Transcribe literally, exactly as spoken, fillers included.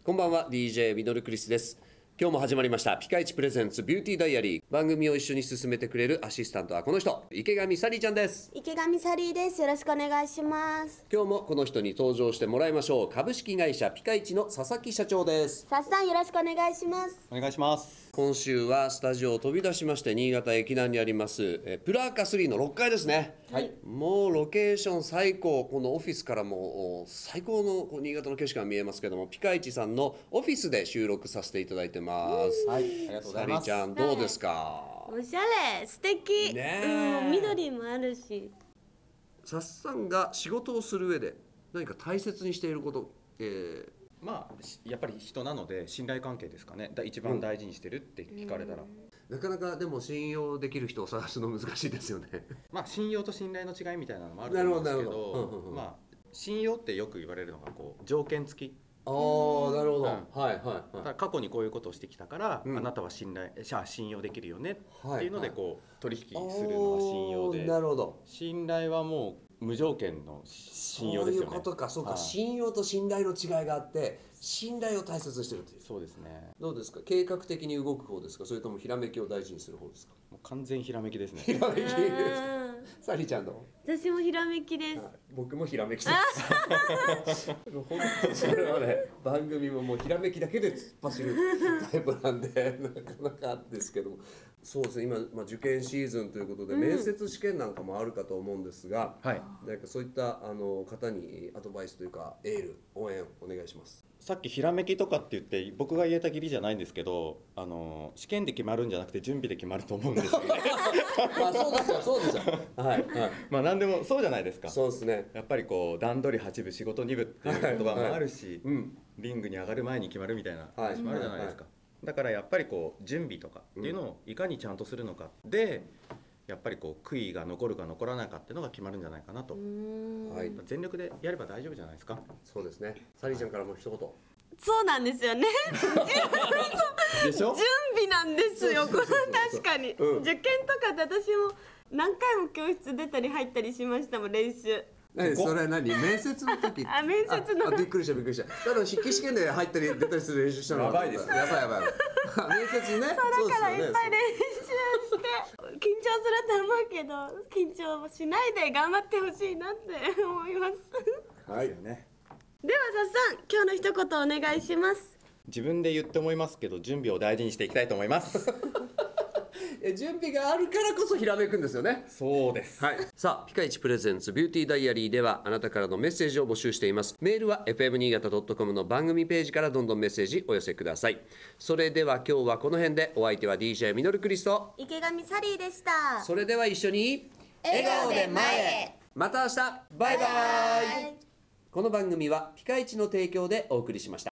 こんばんは、ディージェー ミノルクリスです。今日も始まりましたピカイチプレゼンツビューティーダイアリー。番組を一緒に進めてくれるアシスタントはこの人、池上サリーちゃんです。 池上サリーです。よろしくお願いします。 今日もこの人に登場してもらいましょう。株式会社ピカイチの佐々木社長です。 佐々さん、よろしくお願いします。 お願いします。 今週はスタジオを飛び出しまして、新潟駅南にありますえプラーカスリーのろっかいですね。 はい。 もうロケーション最高。このオフィスからも最高のこう新潟の景色が見えますけども、ピカイチさんのオフィスで収録させていただいてます。 はい、ありがとうございます。 サリーちゃんどうですか？ おしゃれ、素敵。 ねえうん、緑もあるし。 さっさんが仕事をする上で何か大切にしていること、えー、 まあしやっぱり人なので信頼関係ですかね。だ一番大事にしてるって聞かれたら、 なかなかでも信用できる人を探すの難しいですよね。 まあ信用と信頼の違いみたいなのもあると思うんですけなるほどなるほどうんうんうんど、まあ信用ってよく言われるのがこう条件付き。 ああ、なるほど、 うんはいはいだから過去にこういうことをしてきたから、 うんあなたは信頼じゃあ信用できるよねはいっていうのでこう取引するのが信用で、 なるほど。 信頼はもう無条件の信用ですよね。 そういうことか。そうか、 はい信用と信頼の違いがあって、信頼を大切にしてるという。 そうですね。 どうですか？計画的に動く方ですか？それともひらめきを大事にする方ですか？ もう完全ひらめきですね。 ひらめきですか？ うんサリーちゃんどう？ 私もひらめきです。 僕もひらめきです本当にそれはね、番組ももうひらめきだけで突っ走るタイプなんでなかなかですけども、そうですね、今、まあ、受験シーズンということで、 うん面接試験なんかもあるかと思うんですが、 はい。 なんかそういったあの方にアドバイスというかエール応援お願いします。 さっきひらめきとかって言って僕が言えたきりじゃないんですけど、あの試験で決まるんじゃなくて準備で決まると思うんですよね。 まあそうですよそうですよはいはいまあ何でもそうじゃないですか。 そうですね。 やっぱりこう段取りはち部仕事に部っていう言葉もあるし、 うんリングに上がる前に決まるみたいなはい話もあるじゃないですか。だからやっぱりこう準備とかっていうのをいかにちゃんとするのかで、やっぱりこう悔いが残るか残らないかっていうのが決まるんじゃないかなと。 はい全力でやれば大丈夫じゃないですか。 そうですね。サリーちゃんからも一言。 そうなんですよね。 でしょ？ 準備なんですよ。これそうそうそうそう確かに、 うん受験とかで私も何回も教室出たり入ったりしましたもん、練習。 何そこそれ何面接の時あ面接のああびっくりしたびっくりした。ただ筆記試験で入ったり出たりする練習したのはやばいですねやばいやばい面接ね。 そうだからいっぱい練ね習して緊張すると思うけど緊張もしないで頑張ってほしいなって思いますそうはいですよね。 ではさっさん、今日の一言お願いします。 自分で言って思いますけど準備を大事にしていきたいと思います。 え準備があるからこそひらめくんですよね。 そうです。 はい、さあピカイチプレゼンツビューティーダイアリーではあなたからのメッセージを募集しています。メールは エフエム 新潟 ドットコム の番組ページからどんどんメッセージお寄せください。それでは今日はこの辺で。お相手は ディージェー ミノルクリスト。 池上サリーでした。 それでは一緒に笑顔で前へ。 また明日バイバイ。この番組はピカイチの提供でお送りしました。